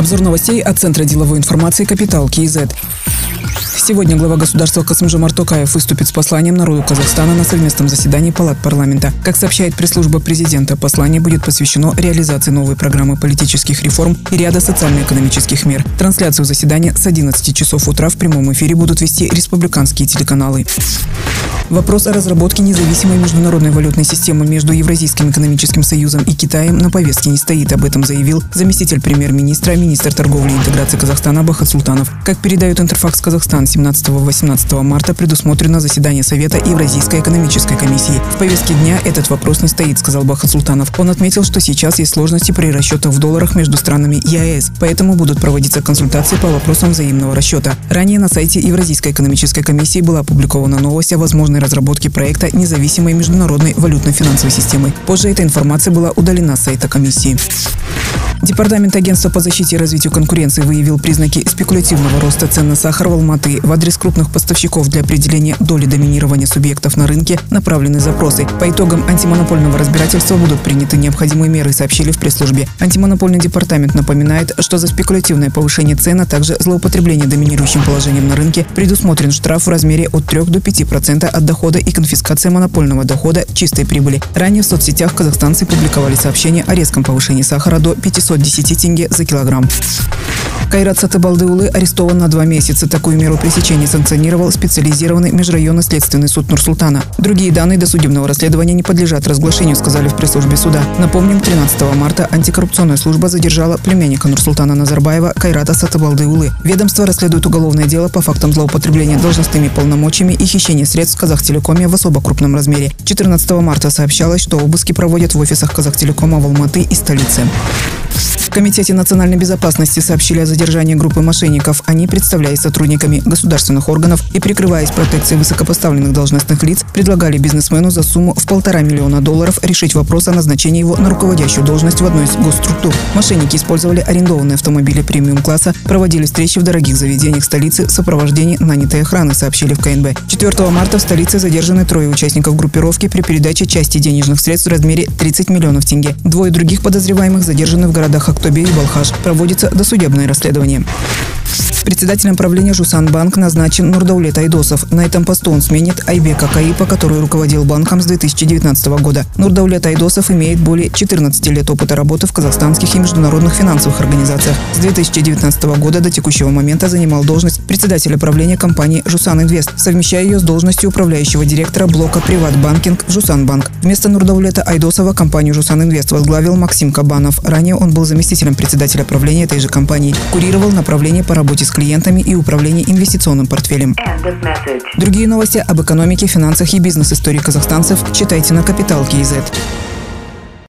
Обзор новостей от Центра деловой информации «Капитал КИЗ». Сегодня глава государства Касым-Жомарт Токаев выступит с посланием народу Казахстана на совместном заседании палат парламента. Как сообщает пресс-служба президента, послание будет посвящено реализации новой программы политических реформ и ряда социально-экономических мер. Трансляцию заседания с 11 часов утра в прямом эфире будут вести республиканские телеканалы. Вопрос о разработке независимой международной валютной системы между Евразийским экономическим союзом и Китаем на повестке не стоит. Об этом заявил заместитель премьер-министра, министр торговли и интеграции Казахстана Бахыт Султанов. Как передает Интерфакс Казахстан, 17-18 марта предусмотрено заседание Совета Евразийской экономической комиссии. В повестке дня этот вопрос не стоит, сказал Бахыт Султанов. Он отметил, что сейчас есть сложности при расчетах в долларах между странами ЕАЭС, поэтому будут проводиться консультации по вопросам взаимного расчета. Ранее на сайте Евразийской экономической комиссии была опубликована новость о возможной разработке проекта независимой международной валютно-финансовой системы. Позже эта информация была удалена с сайта комиссии. Департамент агентства по защите и развитию конкуренции выявил признаки спекулятивного роста цен на сахар в Алматы. В адрес крупных поставщиков для определения доли доминирования субъектов на рынке направлены запросы. По итогам антимонопольного разбирательства будут приняты необходимые меры, сообщили в пресс-службе. Антимонопольный департамент напоминает, что за спекулятивное повышение цен, а также злоупотребление доминирующим положением на рынке предусмотрен штраф в размере от 3 до 5% от дохода и конфискация монопольного дохода чистой прибыли. Ранее в соцсетях казахстанцы публиковали сообщение о резком повышении сахара до 510 тенге за килограмм. Кайрат Сатыбалдыулы арестован на 2 месяца. Такую меру пресечения санкционировал специализированный межрайонный следственный суд Нур-Султана. Другие данные досудебного расследования не подлежат разглашению, сказали в пресс-службе суда. Напомним, 13 марта антикоррупционная служба задержала племянника Нур-Султана Назарбаева Кайрата Сатыбалдыулы. Ведомство расследует уголовное дело по фактам злоупотребления должностными полномочиями и хищения средств в Казахтелекоме в особо крупном размере. 14 марта сообщалось, что обыски проводят в офисах Казахтелекома в Алматы и столице. В Комитете национальной безопасности сообщили о задержании группы мошенников. Они, представляясь сотрудниками государственных органов и прикрываясь протекцией высокопоставленных должностных лиц, предлагали бизнесмену за сумму в $1,5 миллиона решить вопрос о назначении его на руководящую должность в одной из госструктур. Мошенники использовали арендованные автомобили премиум-класса, проводили встречи в дорогих заведениях столицы в сопровождении нанятой охраны, сообщили в КНБ. 4 марта в столице задержаны 3 участников группировки при передаче части денежных средств в размере 30 миллионов тенге. 2 других подозреваемых задержаны в городах Актобе и Балхаш. Проводится досудебное расследование. Председателем правления Жусанбанк назначен Нурдаулет Айдосов. На этом посту он сменит Айбека Каипа, который руководил банком с 2019 года. Нурдаулет Айдосов имеет более 14 лет опыта работы в казахстанских и международных финансовых организациях. С 2019 года до текущего момента занимал должность председателя правления компании Жусан Инвест, совмещая ее с должностью управляющего директора блока Приватбанкинг Жусанбанк. Вместо Нурдаулета Айдосова компанию Жусан Инвест возглавил Максим Кабанов. Ранее он был заместителем председателя правления этой же компании. Курировал направление по работе с клиентами и управление инвестиционным портфелем. Другие новости об экономике, финансах и бизнес-истории казахстанцев читайте на Капитал КИЗ.